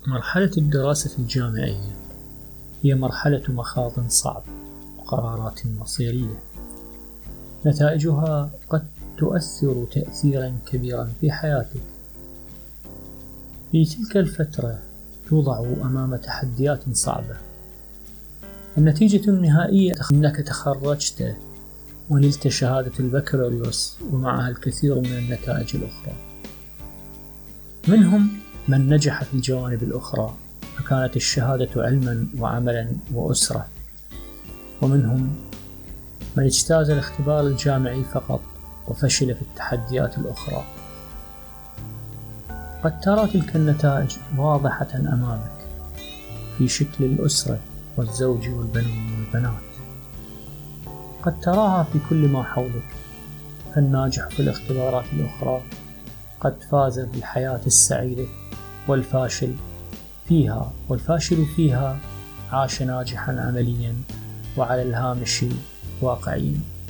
مرحلة الدراسة الجامعية هي مرحلة مخاض صعب وقرارات مصيرية، نتائجها قد تؤثر تأثيرا كبيرا في حياتك. في تلك الفترة توضع أمام تحديات صعبة. النتيجة النهائية أنك تخرجت ونلت شهادة البكالوريوس ومعها الكثير من النتائج الأخرى. منهم من نجح في الجوانب الأخرى فكانت الشهادة علما وعملا وأسرة، ومنهم من اجتاز الاختبار الجامعي فقط وفشل في التحديات الأخرى. قد ترى تلك النتائج واضحة أمامك في شكل الأسرة والزوج والبنون والبنات، قد تراها في كل ما حولك، فالناجح في الاختبارات الأخرى قد فاز بالحياة السعيدة، والفاشل فيها عاش ناجحا عمليا وعلى الهامش واقعيا.